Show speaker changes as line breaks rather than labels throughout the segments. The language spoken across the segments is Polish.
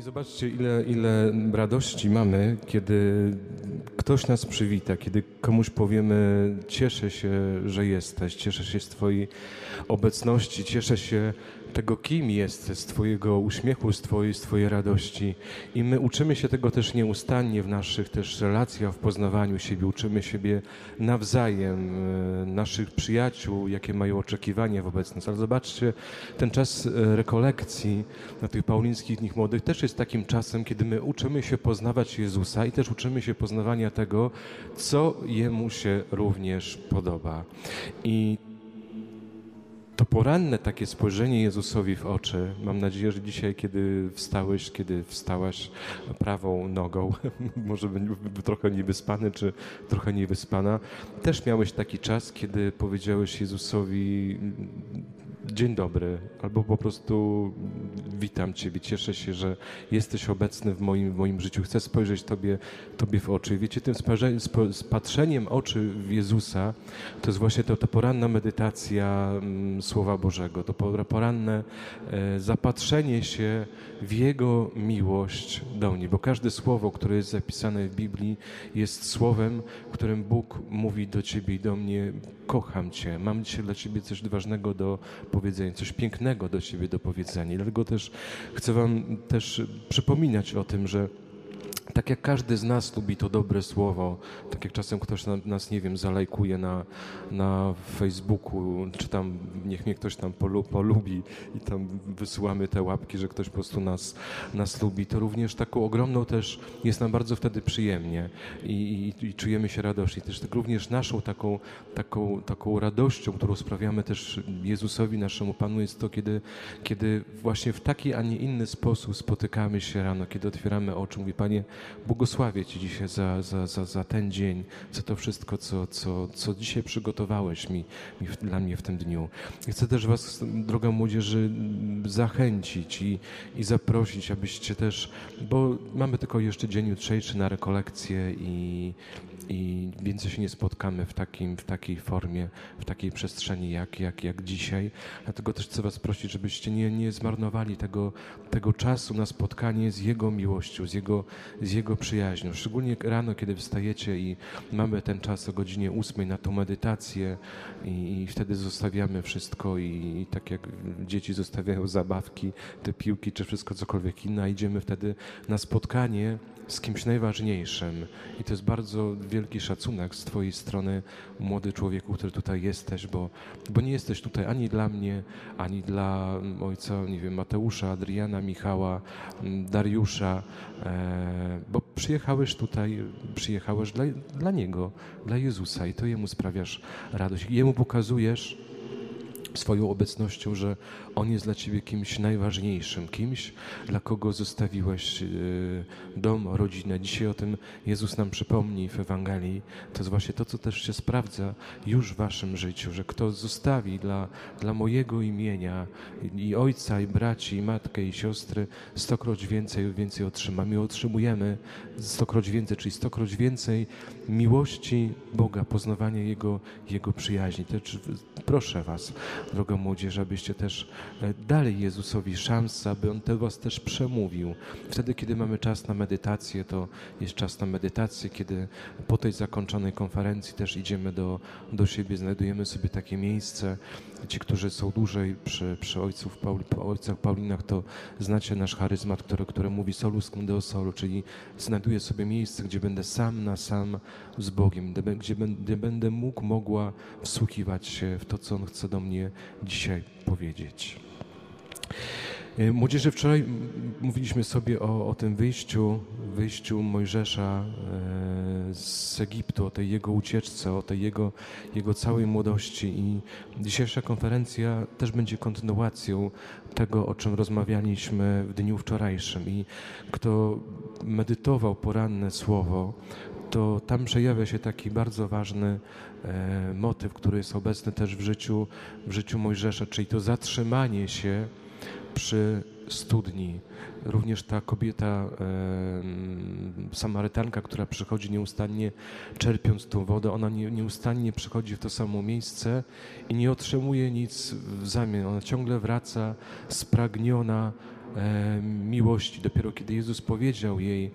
Zobaczcie, ile radości mamy, kiedy ktoś nas przywita, kiedy komuś powiemy: cieszę się, że jesteś, cieszę się z Twojej obecności, cieszę się tego, kim jesteś, z Twojego uśmiechu, z Twojej radości. I my uczymy się tego też nieustannie w naszych też relacjach, w poznawaniu siebie, uczymy siebie nawzajem, naszych przyjaciół, jakie mają oczekiwania wobec nas. Ale zobaczcie, ten czas rekolekcji na tych paulińskich dniach młodych też jest takim czasem, kiedy my uczymy się poznawać Jezusa i też uczymy się poznawania tego, co Jemu się również podoba. I to poranne takie spojrzenie Jezusowi w oczy, mam nadzieję, że dzisiaj, kiedy wstałaś prawą nogą, może trochę niewyspany, czy trochę niewyspana, też miałeś taki czas, kiedy powiedziałeś Jezusowi: dzień dobry, albo po prostu witam Ciebie, cieszę się, że jesteś obecny w moim życiu, chcę spojrzeć Tobie w oczy. I wiecie, tym patrzeniem oczy w Jezusa to jest właśnie ta poranna medytacja Słowa Bożego, to poranne zapatrzenie się w Jego miłość do mnie, bo każde słowo, które jest zapisane w Biblii, jest słowem, którym Bóg mówi do Ciebie i do mnie: kocham Cię, mam dzisiaj dla Ciebie coś ważnego do powiedzenia, coś pięknego do Ciebie do powiedzenia. Dlatego też chcę Wam też przypominać o tym, że tak jak każdy z nas lubi to dobre słowo, tak jak czasem ktoś nas, nie wiem, zalajkuje na Facebooku, czy tam niech mnie ktoś tam polubi i tam wysyłamy te łapki, że ktoś po prostu nas lubi, to również taką ogromną też jest nam bardzo wtedy przyjemnie i czujemy się radośnie. Też tak również naszą taką radością, którą sprawiamy też Jezusowi, naszemu Panu, jest to, kiedy właśnie w taki, a nie inny sposób spotykamy się rano, kiedy otwieramy oczy, mówi: Panie, błogosławię Ci dzisiaj za ten dzień, za to wszystko, co dzisiaj przygotowałeś dla mnie w tym dniu. I chcę też Was, droga młodzieży, zachęcić i zaprosić, abyście też, bo mamy tylko jeszcze dzień jutrzejszy na rekolekcję i więcej się nie spotkamy w takiej formie, w takiej przestrzeni jak dzisiaj. Dlatego też chcę Was prosić, żebyście nie zmarnowali tego czasu na spotkanie z Jego miłością, z Jego przyjaźnią. Szczególnie rano, kiedy wstajecie i mamy ten czas o godzinie 8 na tą medytację i wtedy zostawiamy wszystko i tak jak dzieci zostawiają zabawki, te piłki czy wszystko cokolwiek inne, a idziemy wtedy na spotkanie z kimś najważniejszym. I to jest bardzo wielki szacunek z Twojej strony, młody człowieku, który tutaj jesteś, bo nie jesteś tutaj ani dla mnie, ani dla ojca, nie wiem, Mateusza, Adriana, Michała, Dariusza, bo przyjechałeś dla Niego, dla Jezusa i to Jemu sprawiasz radość. Jemu pokazujesz swoją obecnością, że On jest dla Ciebie kimś najważniejszym, kimś, dla kogo zostawiłeś dom, rodzinę. Dzisiaj o tym Jezus nam przypomni w Ewangelii. To jest właśnie to, co też się sprawdza już w Waszym życiu, że kto zostawi dla mojego imienia i ojca, i braci, i matkę, i siostry, 100-kroć więcej otrzyma. My otrzymujemy 100-kroć więcej, czyli 100-kroć więcej miłości Boga, poznawania Jego przyjaźni. Też proszę Was, droga młodzież, abyście też dali Jezusowi szansę, aby On do Was też przemówił. Wtedy, kiedy mamy czas na medytację, to jest czas na medytację, kiedy po tej zakończonej konferencji też idziemy do siebie, znajdujemy sobie takie miejsce. Ci, którzy są dłużej przy ojcach Paulinach, to znacie nasz charyzmat, który mówi solus cum Deo solo, czyli znajduję sobie miejsce, gdzie będę sam na sam z Bogiem, gdzie będę mogła wsłuchiwać się w to, co On chce do mnie dzisiaj powiedzieć. Młodzieży, wczoraj mówiliśmy sobie o tym wyjściu Mojżesza z Egiptu, o tej jego ucieczce, o tej jego całej młodości i dzisiejsza konferencja też będzie kontynuacją tego, o czym rozmawialiśmy w dniu wczorajszym. I kto medytował poranne słowo, to tam przejawia się taki bardzo ważny motyw, który jest obecny też w życiu Mojżesza, czyli to zatrzymanie się przy studni. Również ta kobieta, Samarytanka, która przychodzi nieustannie czerpiąc tą wodę, ona nieustannie przychodzi w to samo miejsce i nie otrzymuje nic w zamian. Ona ciągle wraca spragniona miłości. Dopiero kiedy Jezus powiedział jej,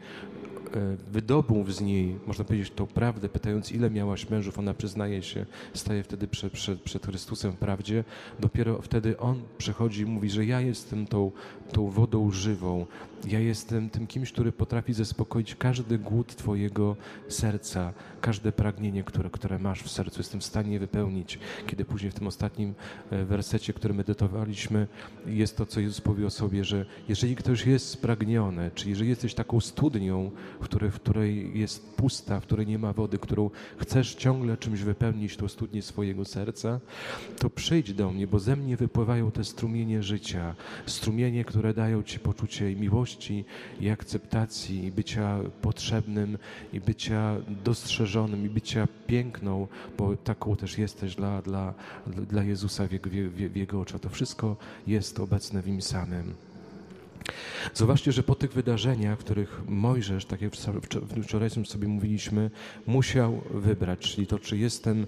wydobył z niej, można powiedzieć, tą prawdę, pytając, ile miałaś mężów, ona przyznaje się, staje wtedy przed Chrystusem w prawdzie. Dopiero wtedy On przychodzi i mówi, że ja jestem tą wodą żywą. Ja jestem tym kimś, który potrafi zaspokoić każdy głód Twojego serca, każde pragnienie, które masz w sercu. Jestem w stanie je wypełnić. Kiedy później w tym ostatnim wersecie, który medytowaliśmy, jest to, co Jezus powie o sobie, że jeżeli ktoś jest spragniony, czy jeżeli jesteś taką studnią, w której jest pusta, w której nie ma wody, którą chcesz ciągle czymś wypełnić, tą studnię swojego serca, to przyjdź do mnie, bo ze mnie wypływają te strumienie życia, strumienie, które dają Ci poczucie i miłości, i akceptacji, i bycia potrzebnym, i bycia dostrzeżonym, i bycia piękną, bo taką też jesteś dla Jezusa w Jego oczach. To wszystko jest obecne w Nim samym. Zobaczcie, że po tych wydarzeniach, w których Mojżesz, tak jak wczoraj sobie mówiliśmy, musiał wybrać, czyli to, czy jestem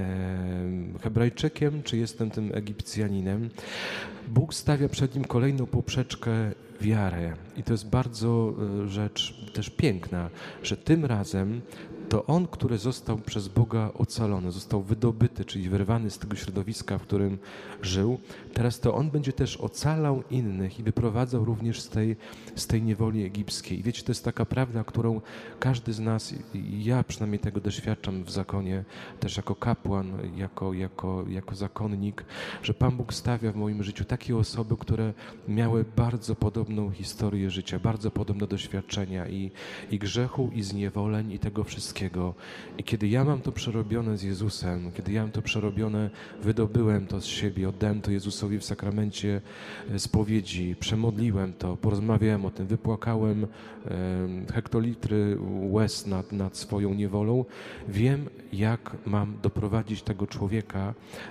Hebrajczykiem, czy jestem tym Egipcjaninem, Bóg stawia przed nim kolejną poprzeczkę wiarę. I to jest bardzo rzecz też piękna, że tym razem to on, który został przez Boga ocalony, został wydobyty, czyli wyrwany z tego środowiska, w którym żył, teraz to on będzie też ocalał innych i wyprowadzał również z tej niewoli egipskiej. I wiecie, to jest taka prawda, którą każdy z nas, i ja przynajmniej tego doświadczam w zakonie, też jako kapłan, jako zakonnik, że Pan Bóg stawia w moim życiu takie osoby, które miały bardzo podobną historię życia, bardzo podobne doświadczenia i grzechu, i zniewoleń, i tego wszystkiego. I kiedy ja mam to przerobione z Jezusem, kiedy ja mam to przerobione, wydobyłem to z siebie, oddałem to Jezusowi w sakramencie spowiedzi, przemodliłem to, porozmawiałem o tym, wypłakałem hektolitry łez nad swoją niewolą, wiem, jak mam doprowadzić tego człowieka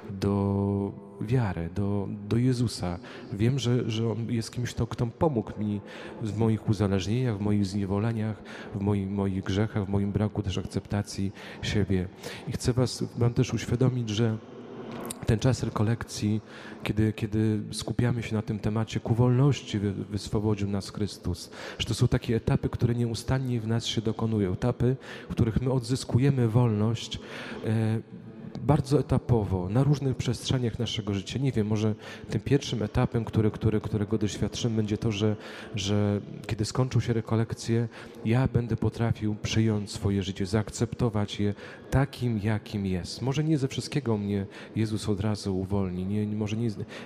do wiary, do Jezusa. Wiem, że On jest kimś, kto pomógł mi w moich uzależnieniach, w moich zniewoleniach, w moich grzechach, w moim braku też akceptacji siebie. I chcę wam też uświadomić, że ten czas rekolekcji, kiedy skupiamy się na tym temacie, ku wolności wyswobodził nas Chrystus, że to są takie etapy, które nieustannie w nas się dokonują. Etapy, w których my odzyskujemy wolność bardzo etapowo, na różnych przestrzeniach naszego życia. Nie wiem, może tym pierwszym etapem, którego doświadczymy, będzie to, że kiedy skończą się rekolekcje, ja będę potrafił przyjąć swoje życie, zaakceptować je takim, jakim jest. Może nie ze wszystkiego mnie Jezus od razu uwolni, może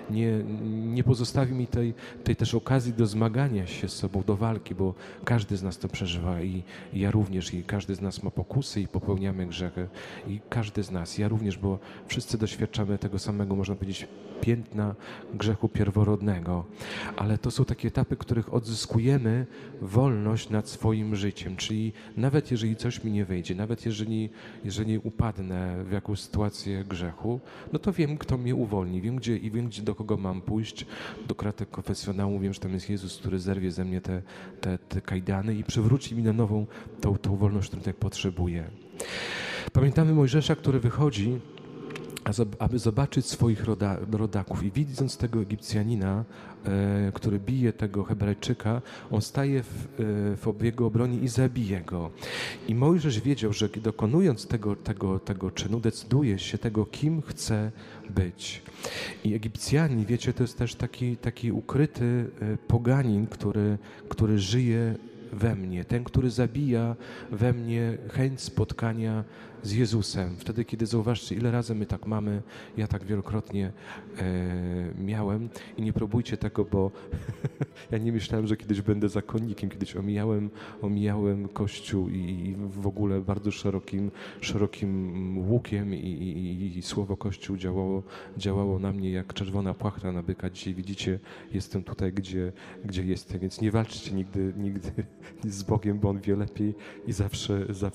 nie pozostawi mi tej też okazji do zmagania się z sobą, do walki, bo każdy z nas to przeżywa i ja również, i każdy z nas ma pokusy i popełniamy grzechy. I każdy z nas, ja również, bo wszyscy doświadczamy tego samego, można powiedzieć, piętna grzechu pierworodnego. Ale to są takie etapy, w których odzyskujemy wolność nad swoim życiem. Czyli nawet jeżeli coś mi nie wyjdzie, nawet jeżeli upadnę w jakąś sytuację grzechu, no to wiem, kto mnie uwolni, wiem gdzie do kogo mam pójść, do kratek konfesjonału, wiem, że tam jest Jezus, który zerwie ze mnie te kajdany i przywróci mi na nową tą wolność, którą tak potrzebuję. Pamiętamy Mojżesza, który wychodzi, aby zobaczyć swoich rodaków i widząc tego Egipcjanina, który bije tego Hebrajczyka, on staje w jego obronie i zabije go. I Mojżesz wiedział, że dokonując tego czynu, decyduje się tego, kim chce być. I Egipcjanin, wiecie, to jest też taki ukryty poganin, który żyje we mnie, ten, który zabija we mnie chęć spotkania z Jezusem. Wtedy, kiedy zauważcie, ile razy my tak mamy, ja tak wielokrotnie miałem i nie próbujcie tego, bo ja nie myślałem, że kiedyś będę zakonnikiem, kiedyś omijałem Kościół i w ogóle bardzo szerokim łukiem i słowo Kościół działało na mnie jak czerwona płachta na byka. Dzisiaj widzicie, jestem tutaj, gdzie jestem, więc nie walczcie nigdy z Bogiem, bo On wie lepiej i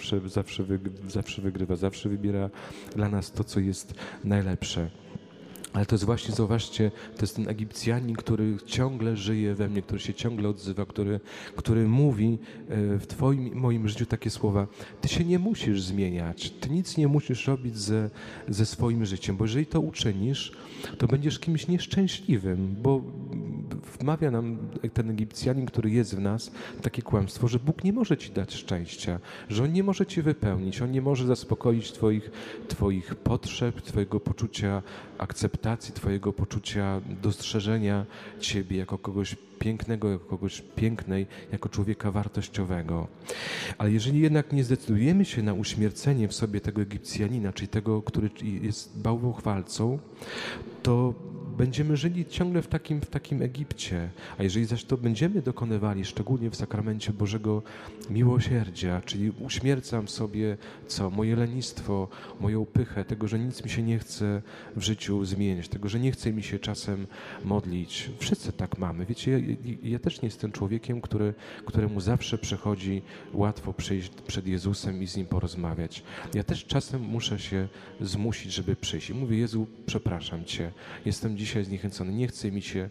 zawsze wygrywa, zawsze wybiera dla nas to, co jest najlepsze. Ale to jest właśnie, zauważcie, to jest ten Egipcjanin, który ciągle żyje we mnie, który się ciągle odzywa, który mówi w twoim i moim życiu takie słowa: ty się nie musisz zmieniać, ty nic nie musisz robić ze swoim życiem, bo jeżeli to uczynisz, to będziesz kimś nieszczęśliwym, bo wmawia nam ten Egipcjanin, który jest w nas, takie kłamstwo, że Bóg nie może ci dać szczęścia, że On nie może cię wypełnić, On nie może zaspokoić twoich potrzeb, twojego poczucia akceptacji, twojego poczucia dostrzeżenia ciebie jako kogoś pięknego, jako kogoś pięknej, jako człowieka wartościowego. Ale jeżeli jednak nie zdecydujemy się na uśmiercenie w sobie tego Egipcjanina, czyli tego, który jest bałwochwalcą, to będziemy żyli ciągle w takim Egipcie. A jeżeli zaś to będziemy dokonywali, szczególnie w sakramencie Bożego miłosierdzia, czyli uśmiercam sobie moje lenistwo, moją pychę, tego, że nic mi się nie chce w życiu zmieniać, tego, że nie chce mi się czasem modlić. Wszyscy tak mamy. Wiecie, ja też nie jestem człowiekiem, któremu zawsze przychodzi łatwo przyjść przed Jezusem i z Nim porozmawiać. Ja też czasem muszę się zmusić, żeby przyjść. I mówię: Jezu, przepraszam Cię, jestem dzisiaj zniechęcony, nie chce mi się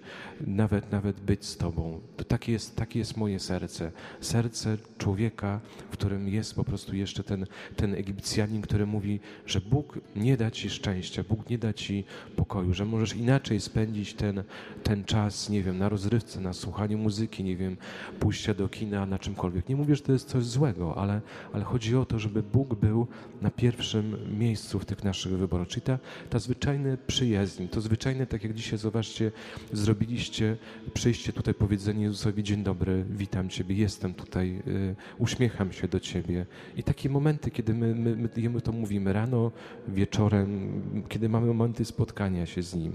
nawet być z Tobą. To takie jest moje serce. Serce człowieka, w którym jest po prostu jeszcze ten Egipcjanin, który mówi, że Bóg nie da Ci szczęścia, Bóg nie da Ci pokoju, że możesz inaczej spędzić ten czas, nie wiem, na rozrywce, na słuchaniu muzyki, nie wiem, pójścia do kina, na czymkolwiek. Nie mówię, że to jest coś złego, ale chodzi o to, żeby Bóg był na pierwszym miejscu w tych naszych wyborach. Czyli ta zwyczajna przyjaźń, to zwyczajne, tak jak dzisiaj, zobaczcie, zrobiliście, przyjście tutaj, powiedzenie Jezusowi: dzień dobry, witam Ciebie, jestem tutaj, uśmiecham się do Ciebie. I takie momenty, kiedy my to mówimy rano, wieczorem, kiedy mamy momenty spotkania się z Nim.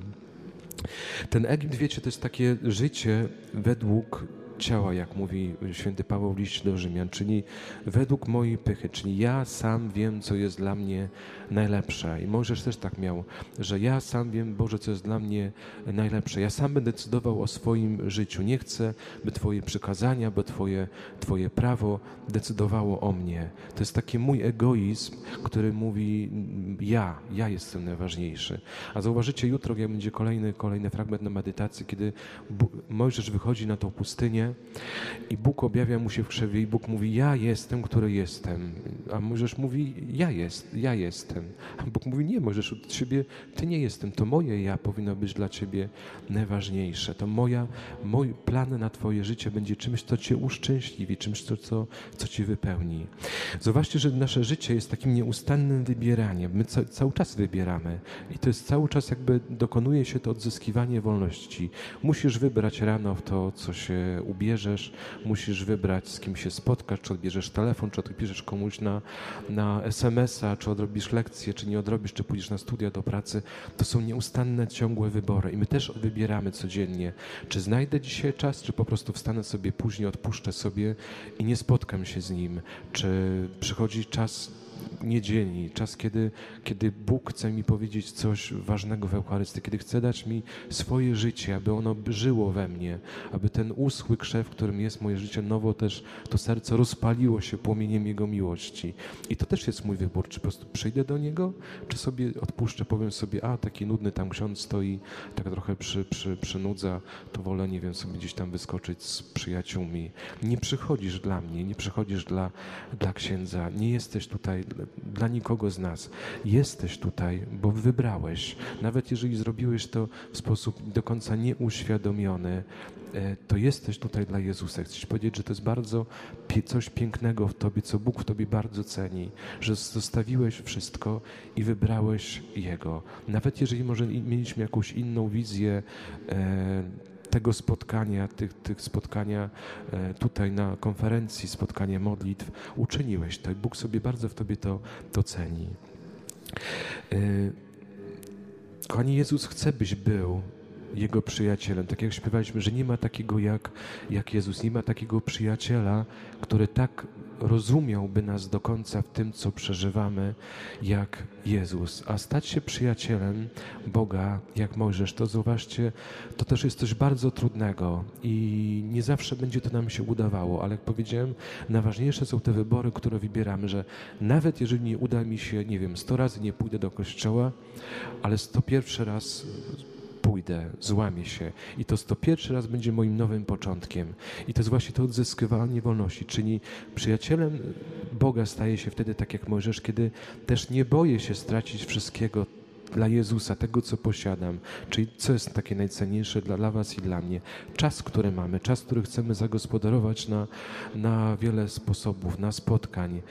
Ten Egipt, wiecie, to jest takie życie według ciała, jak mówi święty Paweł w liście do Rzymian, czyli według mojej pychy, czyli ja sam wiem, co jest dla mnie najlepsze. I Mojżesz też tak miał, że ja sam wiem, Boże, co jest dla mnie najlepsze. Ja sam będę decydował o swoim życiu. Nie chcę, by Twoje przykazania, by Twoje prawo decydowało o mnie. To jest taki mój egoizm, który mówi: ja jestem najważniejszy. A zauważycie, jutro, jak będzie kolejny fragment na medytacji, kiedy Mojżesz wychodzi na tą pustynię i Bóg objawia mu się w krzewie i Bóg mówi: ja jestem, który jestem. A Mojżesz mówi: ja jestem. A Bóg mówi: nie, Mojżesz, od Ciebie Ty nie jestem. To moje ja powinno być dla Ciebie najważniejsze. To mój plan na Twoje życie będzie czymś, co Cię uszczęśliwi, czymś, co Cię wypełni. Zobaczcie, że nasze życie jest takim nieustannym wybieraniem. My cały czas wybieramy i to jest cały czas jakby dokonuje się to odzyskiwanie wolności. Musisz wybrać rano w to, co się ubierzesz, musisz wybrać, z kim się spotkasz, czy odbierzesz telefon, czy odpiszesz komuś na SMS-a, czy odrobisz lekcję, czy nie odrobisz, czy pójdziesz na studia, do pracy. To są nieustanne, ciągłe wybory i my też wybieramy codziennie, czy znajdę dzisiaj czas, czy po prostu wstanę sobie później, odpuszczę sobie i nie spotkam się z Nim, czy przychodzi czas niedzieli, czas, kiedy Bóg chce mi powiedzieć coś ważnego w Eucharystii, kiedy chce dać mi swoje życie, aby ono żyło we mnie, aby ten uschły krzew, w którym jest moje życie, nowo też to serce rozpaliło się płomieniem Jego miłości. I to też jest mój wybór, czy po prostu przyjdę do Niego, czy sobie odpuszczę, powiem sobie: a taki nudny tam ksiądz stoi, tak trochę przynudza, to wolę, nie wiem, sobie gdzieś tam wyskoczyć z przyjaciółmi. Nie przychodzisz dla mnie, nie przychodzisz dla księdza, nie jesteś tutaj dla nikogo z nas. Jesteś tutaj, bo wybrałeś. Nawet jeżeli zrobiłeś to w sposób do końca nieuświadomiony, to jesteś tutaj dla Jezusa. Chcę Ci powiedzieć, że to jest bardzo coś pięknego w Tobie, co Bóg w Tobie bardzo ceni, że zostawiłeś wszystko i wybrałeś Jego. Nawet jeżeli może mieliśmy jakąś inną wizję tego spotkania, tych spotkania tutaj na konferencji, spotkania modlitw, uczyniłeś to i Bóg sobie bardzo w Tobie to ceni. Kochani, Jezus chce, byś był Jego przyjacielem. Tak jak śpiewaliśmy, że nie ma takiego jak Jezus, nie ma takiego przyjaciela, który tak rozumiałby nas do końca w tym, co przeżywamy, jak Jezus. A stać się przyjacielem Boga, jak Mojżesz, to zauważcie, to też jest coś bardzo trudnego i nie zawsze będzie to nam się udawało, ale jak powiedziałem, najważniejsze są te wybory, które wybieramy, że nawet jeżeli nie uda mi się, 100 razy nie pójdę do kościoła, ale 101 raz pójdę, złamię się i to 101 raz będzie moim nowym początkiem. I to jest właśnie to odzyskiwanie wolności, czyli przyjacielem Boga staje się wtedy tak jak Mojżesz, kiedy też nie boję się stracić wszystkiego dla Jezusa, tego, co posiadam, czyli co jest takie najcenniejsze dla was i dla mnie. Czas, który mamy, czas, który chcemy zagospodarować na wiele sposobów, na spotkań,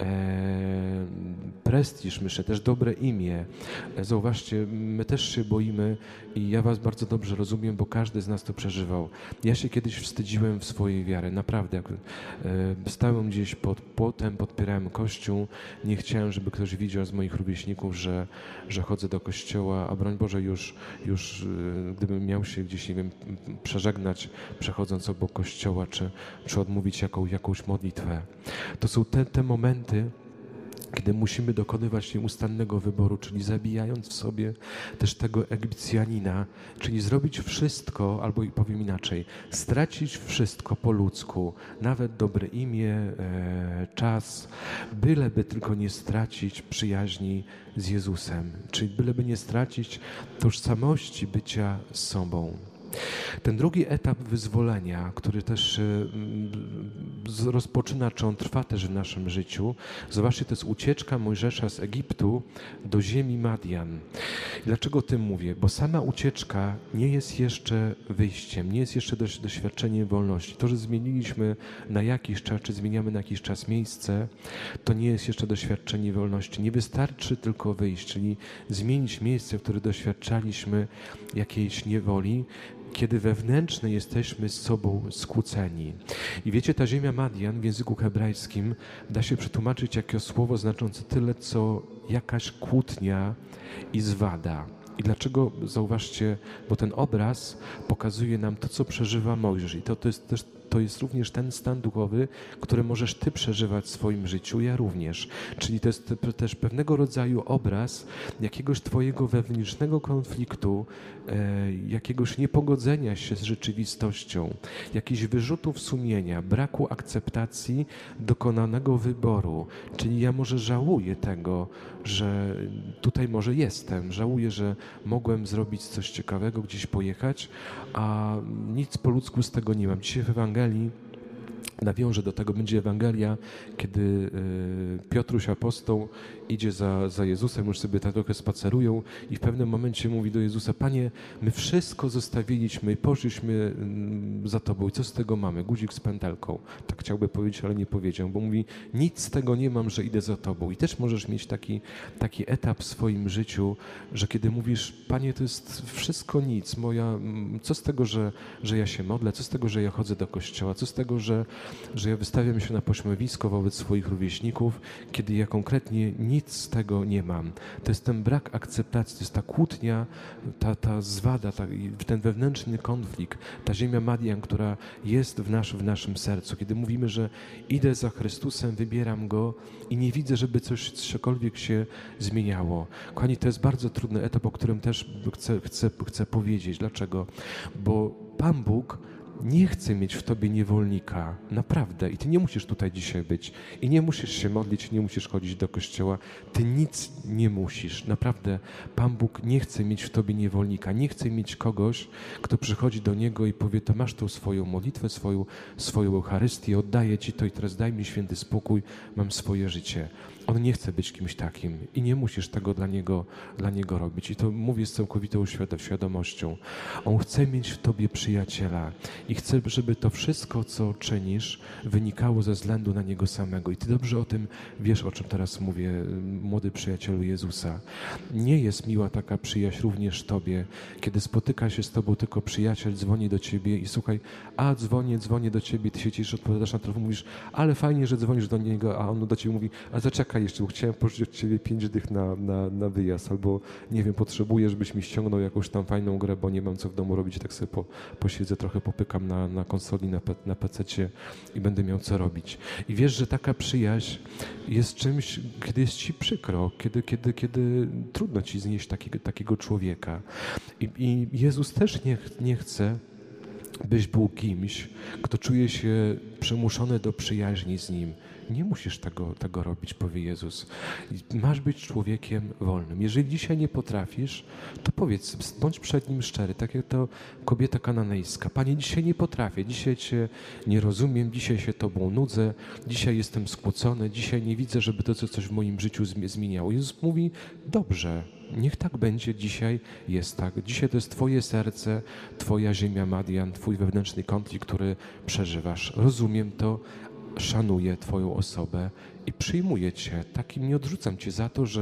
prestiż, myślę, też dobre imię. Zauważcie, my też się boimy i ja was bardzo dobrze rozumiem, bo każdy z nas to przeżywał. Ja się kiedyś wstydziłem w swojej wiary, naprawdę. Jak stałem gdzieś pod płotem, podpierałem kościół, nie chciałem, żeby ktoś widział z moich rówieśników, że chodzę do kościoła, a broń Boże już gdybym miał się gdzieś, przeżegnać, przechodząc obok kościoła, czy odmówić jakąś modlitwę. To są te momenty, kiedy musimy dokonywać nieustannego wyboru, czyli zabijając w sobie też tego Egipcjanina, czyli zrobić wszystko, albo i powiem inaczej, stracić wszystko po ludzku, nawet dobre imię, czas, byleby tylko nie stracić przyjaźni z Jezusem, czyli byleby nie stracić tożsamości bycia sobą. Ten drugi etap wyzwolenia, który też rozpoczyna, czy on trwa też w naszym życiu, zobaczcie, to jest ucieczka Mojżesza z Egiptu do ziemi Madian. Dlaczego o tym mówię? Bo sama ucieczka nie jest jeszcze wyjściem, nie jest jeszcze doświadczeniem wolności. To, że zmieniliśmy na jakiś czas, czy zmieniamy na jakiś czas miejsce, to nie jest jeszcze doświadczenie wolności. Nie wystarczy tylko wyjść, czyli zmienić miejsce, w którym doświadczaliśmy jakiejś niewoli, kiedy wewnętrznie jesteśmy z sobą skłóceni. I wiecie, ta ziemia Madian w języku hebrajskim da się przetłumaczyć jako słowo znaczące tyle, co jakaś kłótnia i zwada. I dlaczego? Zauważcie, bo ten obraz pokazuje nam to, co przeżywa Mojżesz. I to jest również ten stan duchowy, który możesz ty przeżywać w swoim życiu, ja również. Czyli to jest też pewnego rodzaju obraz jakiegoś twojego wewnętrznego konfliktu, jakiegoś niepogodzenia się z rzeczywistością, jakichś wyrzutów sumienia, braku akceptacji dokonanego wyboru. Czyli ja może żałuję tego, że tutaj może jestem, żałuję, że mogłem zrobić coś ciekawego, gdzieś pojechać, a nic po ludzku z tego nie mam. Dzisiaj w Ewangelii nawiążę do tego, będzie Ewangelia, kiedy Piotruś apostoł idzie za Jezusem, już sobie tak trochę spacerują i w pewnym momencie mówi do Jezusa: Panie, my wszystko zostawiliśmy i poszliśmy za Tobą i co z tego mamy? Guzik z pętelką. Tak chciałby powiedzieć, ale nie powiedział, bo mówi: nic z tego nie mam, że idę za Tobą. I też możesz mieć taki etap w swoim życiu, że kiedy mówisz: Panie, to jest wszystko nic, co z tego, że ja się modlę, co z tego, że ja chodzę do kościoła, co z tego, że ja wystawiam się na pośmiewisko wobec swoich rówieśników, kiedy ja konkretnie nic z tego nie mam. To jest ten brak akceptacji, to jest ta kłótnia, ta zwada, ten wewnętrzny konflikt, ta ziemia Madian, która jest w naszym sercu. Kiedy mówimy, że idę za Chrystusem, wybieram Go i nie widzę, żeby cokolwiek się zmieniało. Kochani, to jest bardzo trudny etap, o którym też chcę powiedzieć. Dlaczego? Bo Pan Bóg nie chce mieć w tobie niewolnika, naprawdę. I ty nie musisz tutaj dzisiaj być. I nie musisz się modlić, nie musisz chodzić do kościoła. Ty nic nie musisz. Naprawdę, Pan Bóg nie chce mieć w tobie niewolnika. Nie chce mieć kogoś, kto przychodzi do Niego i powie: to masz tą swoją modlitwę, swoją Eucharystię, oddaję Ci to i teraz daj mi święty spokój, mam swoje życie. On nie chce być kimś takim i nie musisz tego dla niego robić. I to mówię z całkowitą świadomością. On chce mieć w tobie przyjaciela i chce, żeby to wszystko, co czynisz, wynikało ze względu na Niego samego. I ty dobrze o tym wiesz, o czym teraz mówię, młody przyjacielu Jezusa. Nie jest miła taka przyjaźń również tobie, kiedy spotyka się z tobą tylko przyjaciel, dzwoni do ciebie i słuchaj, dzwonię do ciebie, ty się cieszysz, odpowiadasz na telefon, mówisz: ale fajnie, że dzwonisz do niego, a on do ciebie mówi: a zaczekaj, czekaj jeszcze, bo chciałem pożyczyć od ciebie 5 dych na wyjazd, albo nie wiem, potrzebuję, żebyś mi ściągnął jakąś tam fajną grę, bo nie mam co w domu robić, tak sobie posiedzę, trochę popykam na konsoli, na pececie i będę miał co robić. I wiesz, że taka przyjaźń jest czymś, kiedy jest ci przykro, kiedy trudno ci znieść takiego człowieka. I Jezus też nie chce, byś był kimś, kto czuje się przymuszony do przyjaźni z Nim. Nie musisz tego robić, powie Jezus. Masz być człowiekiem wolnym. Jeżeli dzisiaj nie potrafisz, to powiedz, bądź przed Nim szczery, tak jak to kobieta kananejska. Panie, dzisiaj nie potrafię, dzisiaj Cię nie rozumiem, dzisiaj się Tobą nudzę, dzisiaj jestem skłócony, dzisiaj nie widzę, żeby to coś w moim życiu zmieniało. Jezus mówi, dobrze, niech tak będzie, dzisiaj jest tak. Dzisiaj to jest Twoje serce, Twoja ziemia Madian, Twój wewnętrzny konflikt, który przeżywasz. Rozumiem to, szanuję Twoją osobę i przyjmuję Cię. Takim nie odrzucam Cię za to,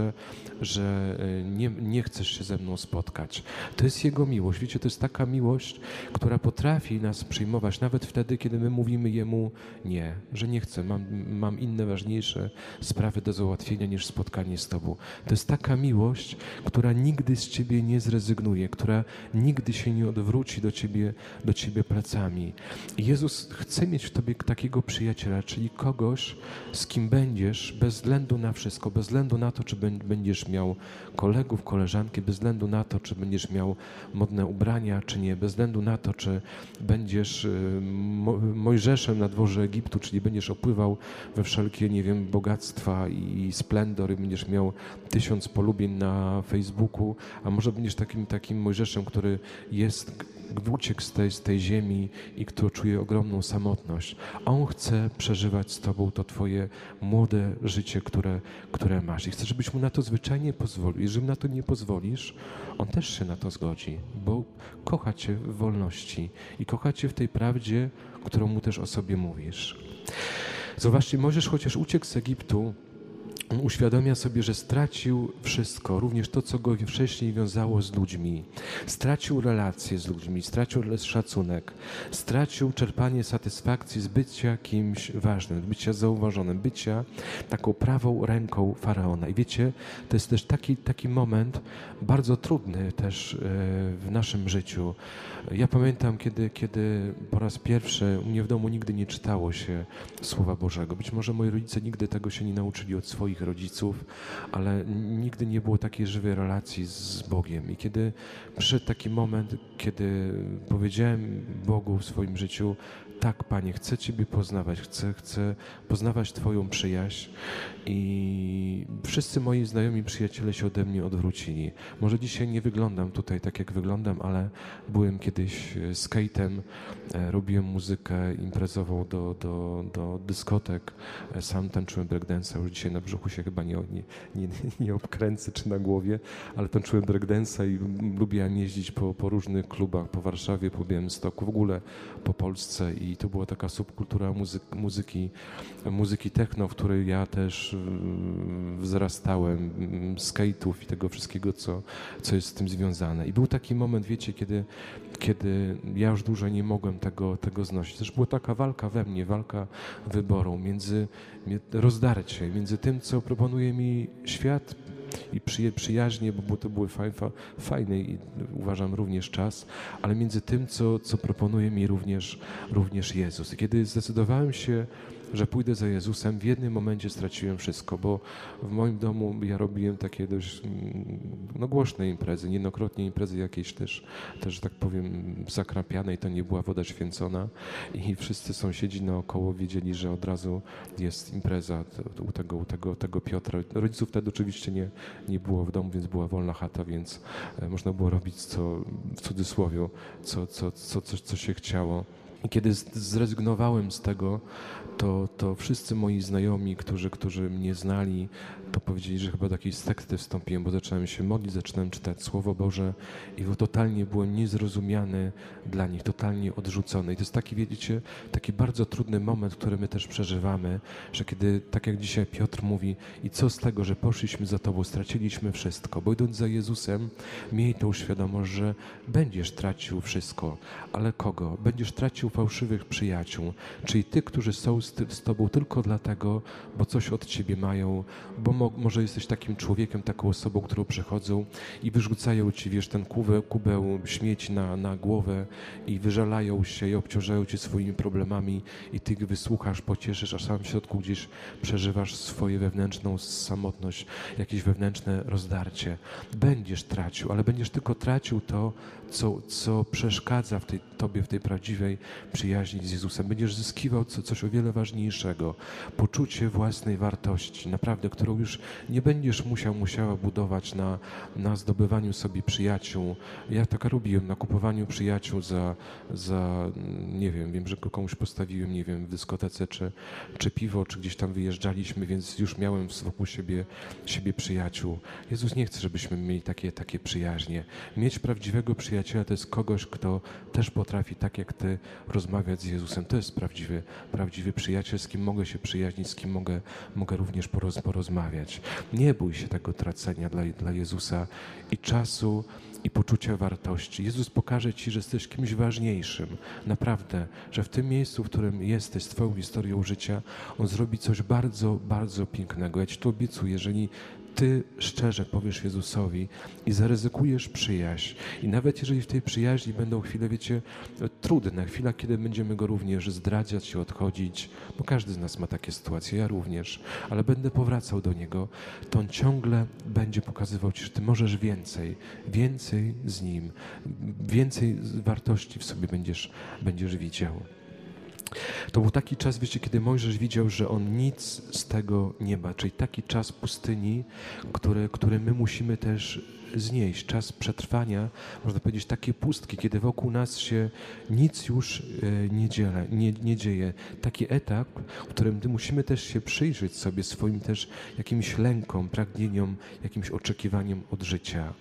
że nie chcesz się ze mną spotkać. To jest Jego miłość. Wiecie, to jest taka miłość, która potrafi nas przyjmować nawet wtedy, kiedy my mówimy Jemu nie, że nie chcę, mam inne ważniejsze sprawy do załatwienia niż spotkanie z Tobą. To jest taka miłość, która nigdy z Ciebie nie zrezygnuje, która nigdy się nie odwróci do Ciebie plecami. I Jezus chce mieć w Tobie takiego przyjaciela, czyli kogoś, z kim będziesz bez względu na wszystko, bez względu na to, czy będziesz miał kolegów, koleżanki, bez względu na to, czy będziesz miał modne ubrania, czy nie, bez względu na to, czy będziesz Mojżeszem na dworze Egiptu, czyli będziesz opływał we wszelkie, nie wiem, bogactwa i splendor i będziesz miał 1000 polubień na Facebooku, a może będziesz takim Mojżeszem, który uciekł z tej ziemi i kto czuje ogromną samotność. A On chce przeżywać z Tobą to Twoje młode życie, które masz. I chce, żebyś Mu na to zwyczajnie pozwolił. Jeżeli na to nie pozwolisz, On też się na to zgodzi, bo kocha Cię w wolności i kocha Cię w tej prawdzie, którą Mu też o sobie mówisz. Zobaczcie, Mojżesz chociaż uciekł z Egiptu, on uświadamia sobie, że stracił wszystko, również to, co go wcześniej wiązało z ludźmi. Stracił relacje z ludźmi, stracił szacunek, stracił czerpanie satysfakcji z bycia kimś ważnym, bycia zauważonym, bycia taką prawą ręką Faraona. I wiecie, to jest też taki moment bardzo trudny też w naszym życiu. Ja pamiętam, kiedy po raz pierwszy u mnie w domu nigdy nie czytało się Słowa Bożego. Być może moi rodzice nigdy tego się nie nauczyli od swoich rodziców, ale nigdy nie było takiej żywej relacji z Bogiem. I kiedy przyszedł taki moment, kiedy powiedziałem Bogu w swoim życiu, tak, Panie, chcę Ciebie poznawać, chcę poznawać Twoją przyjaźń i wszyscy moi znajomi przyjaciele się ode mnie odwrócili. Może dzisiaj nie wyglądam tutaj tak, jak wyglądam, ale byłem kiedyś skatem, robiłem muzykę imprezową do dyskotek, sam tańczyłem breakdance'a, już dzisiaj na brzuchu się chyba nie obkręcę czy na głowie, ale tańczyłem breakdance'a i lubiłem jeździć po różnych klubach, po Warszawie, po Białymstoku, w ogóle po Polsce i to była taka subkultura muzyki techno, w której ja też wzrastałem, skate'ów i tego wszystkiego, co jest z tym związane. I był taki moment, wiecie, kiedy ja już dłużej nie mogłem tego znosić. Też była taka walka we mnie, walka wyboru, rozdarcie między tym, co proponuje mi świat i przyjaźnie, bo to były fajny i uważam również czas, ale między tym, co proponuje mi również Jezus. I kiedy zdecydowałem się, że pójdę za Jezusem, w jednym momencie straciłem wszystko, bo w moim domu ja robiłem takie dość głośne imprezy, niejednokrotnie imprezy jakieś też, że tak powiem, zakrapiane i to nie była woda święcona i wszyscy sąsiedzi naokoło wiedzieli, że od razu jest impreza u tego Piotra. Rodziców wtedy oczywiście nie było w domu, więc była wolna chata, więc można było robić w cudzysłowie, co się chciało. I kiedy zrezygnowałem z tego, to wszyscy moi znajomi, którzy mnie znali, to powiedzieli, że chyba do jakiejś sekty wstąpiłem, bo zacząłem się modlić, zacząłem czytać Słowo Boże i totalnie byłem niezrozumiany dla nich, totalnie odrzucony. I to jest taki, wiecie, taki bardzo trudny moment, który my też przeżywamy, że kiedy, tak jak dzisiaj Piotr mówi, i co z tego, że poszliśmy za Tobą, straciliśmy wszystko, bo idąc za Jezusem, miej tą świadomość, że będziesz tracił wszystko, ale kogo? Będziesz tracił fałszywych przyjaciół, czyli tych, którzy są z Tobą tylko dlatego, bo coś od Ciebie mają, bo może jesteś takim człowiekiem, taką osobą, którą przychodzą i wyrzucają Ci, wiesz, ten kubeł śmieci na głowę i wyżalają się i obciążają Cię swoimi problemami i Ty ich wysłuchasz, pocieszysz, a sam w środku gdzieś przeżywasz swoją wewnętrzną samotność, jakieś wewnętrzne rozdarcie. Będziesz tracił, ale będziesz tylko tracił to, co przeszkadza Tobie w tej prawdziwej przyjaźni z Jezusem. Będziesz zyskiwał coś o wiele ważniejszego. Poczucie własnej wartości, naprawdę, którą już nie będziesz musiała budować na zdobywaniu sobie przyjaciół. Ja tak robiłem, na kupowaniu przyjaciół za nie wiem, że komuś postawiłem, nie wiem, w dyskotece, czy piwo, czy gdzieś tam wyjeżdżaliśmy, więc już miałem wokół siebie przyjaciół. Jezus nie chce, żebyśmy mieli takie przyjaźnie. Mieć prawdziwego przyjaciela to jest kogoś, kto też potrafi, tak jak Ty, rozmawiać z Jezusem. To jest prawdziwy przyjaciel, z kim mogę się przyjaźnić, z kim mogę również porozmawiać. Nie bój się tego tracenia dla Jezusa i czasu, i poczucia wartości. Jezus pokaże Ci, że jesteś kimś ważniejszym. Naprawdę, że w tym miejscu, w którym jesteś, z Twoją historią życia, On zrobi coś bardzo, bardzo pięknego. Ja Ci to obiecuję, jeżeli Ty szczerze powiesz Jezusowi i zaryzykujesz przyjaźń. I nawet jeżeli w tej przyjaźni będą chwile, wiecie, trudne, chwila, kiedy będziemy Go również zdradzać i odchodzić, bo każdy z nas ma takie sytuacje, ja również, ale będę powracał do Niego, to On ciągle będzie pokazywał Ci, że Ty możesz więcej z Nim, więcej wartości w sobie będziesz widział. To był taki czas, wiecie, kiedy Mojżesz widział, że on nic z tego nie ma, czyli taki czas pustyni, który my musimy też znieść. Czas przetrwania, można powiedzieć, takie pustki, kiedy wokół nas się nic już nie dzieje. Taki etap, w którym musimy też się przyjrzeć sobie swoim też jakimś lękom, pragnieniom, jakimś oczekiwaniom od życia.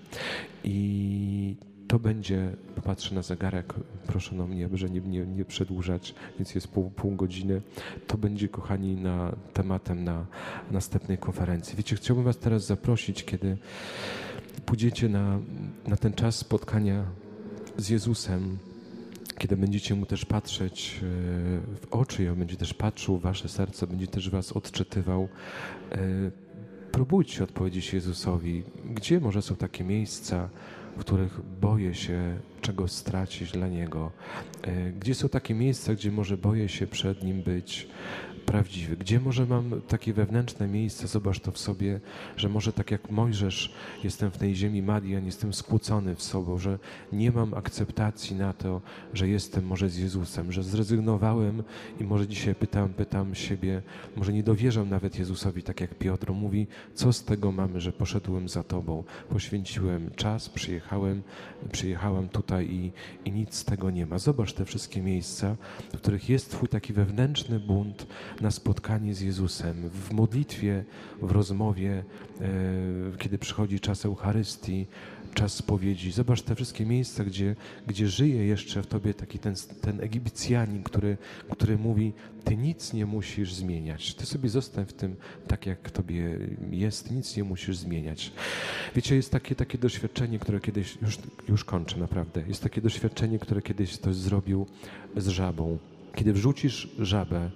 I to będzie, popatrzę na zegarek, proszę na mnie, żeby nie przedłużać, więc jest pół godziny. To będzie, kochani, tematem na następnej konferencji. Wiecie, chciałbym Was teraz zaprosić, kiedy pójdziecie na ten czas spotkania z Jezusem, kiedy będziecie Mu też patrzeć w oczy, On będzie też patrzył w Wasze serce, będzie też Was odczytywał. Próbujcie odpowiedzieć Jezusowi, gdzie może są takie miejsca, w których boję się czegoś stracić dla Niego. Gdzie są takie miejsca, gdzie może boję się przed Nim być prawdziwy. Gdzie może mam takie wewnętrzne miejsce, zobacz to w sobie, że może tak jak Mojżesz jestem w tej ziemi Madian, jestem skłócony w sobą, że nie mam akceptacji na to, że jestem może z Jezusem, że zrezygnowałem i może dzisiaj pytam siebie, może nie dowierzam nawet Jezusowi, tak jak Piotr mówi, co z tego mamy, że poszedłem za Tobą, poświęciłem czas, przyjechałam tutaj i nic z tego nie ma. Zobacz te wszystkie miejsca, w których jest Twój taki wewnętrzny bunt na spotkanie z Jezusem, w modlitwie, w rozmowie, kiedy przychodzi czas Eucharystii, czas spowiedzi. Zobacz te wszystkie miejsca, gdzie żyje jeszcze w Tobie taki ten Egipcjanin, który mówi, Ty nic nie musisz zmieniać. Ty sobie zostań w tym tak, jak Tobie jest, nic nie musisz zmieniać. Wiecie, jest takie doświadczenie, które kiedyś, już kończę naprawdę, jest takie doświadczenie, które kiedyś ktoś zrobił z żabą. Kiedy wrzucisz żabę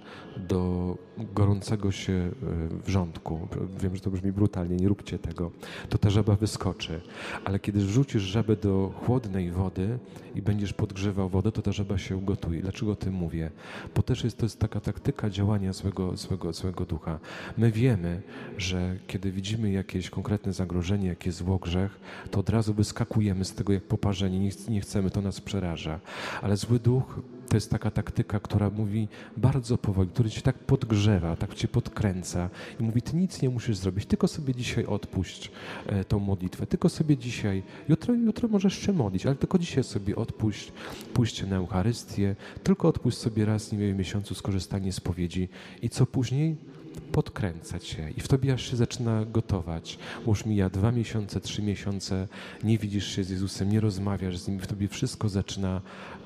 do gorącego się wrzątku, wiem, że to brzmi brutalnie, nie róbcie tego, to ta żaba wyskoczy. Ale kiedy wrzucisz żabę do chłodnej wody i będziesz podgrzewał wodę, to ta żaba się ugotuje. Dlaczego o tym mówię? Bo też to jest taka taktyka działania złego ducha. My wiemy, że kiedy widzimy jakieś konkretne zagrożenie, jakieś zło, grzech, to od razu wyskakujemy z tego jak poparzeni, nie chcemy, to nas przeraża. Ale zły duch to jest taka taktyka, która mówi bardzo powoli, który Cię tak podgrzewa, tak Cię podkręca i mówi, Ty nic nie musisz zrobić, tylko sobie dzisiaj odpuść tą modlitwę, tylko sobie dzisiaj, jutro możesz się modlić, ale tylko dzisiaj sobie odpuść, pójście na Eucharystię, tylko odpuść sobie raz w miesiącu skorzystanie z spowiedzi i co później? Podkręcać się i w Tobie aż się zaczyna gotować. Bo już mija 2 miesiące, 3 miesiące, nie widzisz się z Jezusem, nie rozmawiasz z Nim, w Tobie wszystko zaczyna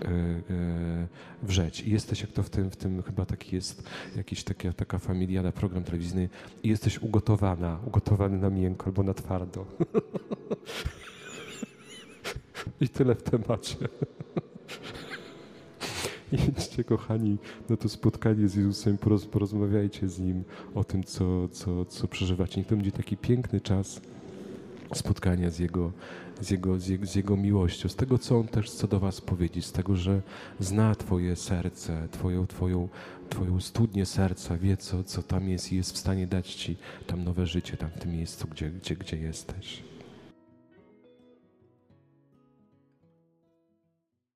wrzeć. I jesteś, jak to w tym chyba taki jest jakiś taka familiada, program telewizyjny i jesteś ugotowany na miękko albo na twardo. I tyle w temacie. jesteście kochani, no to spotkanie z Jezusem, porozmawiajcie z Nim o tym, co przeżywacie. Niech to będzie taki piękny czas spotkania z Jego miłością, z tego, co On też chce do was powiedzieć, z tego, że zna twoje serce, twoją studnię serca, wie, co tam jest i jest w stanie dać ci tam nowe życie, tam w tym miejscu, gdzie jesteś.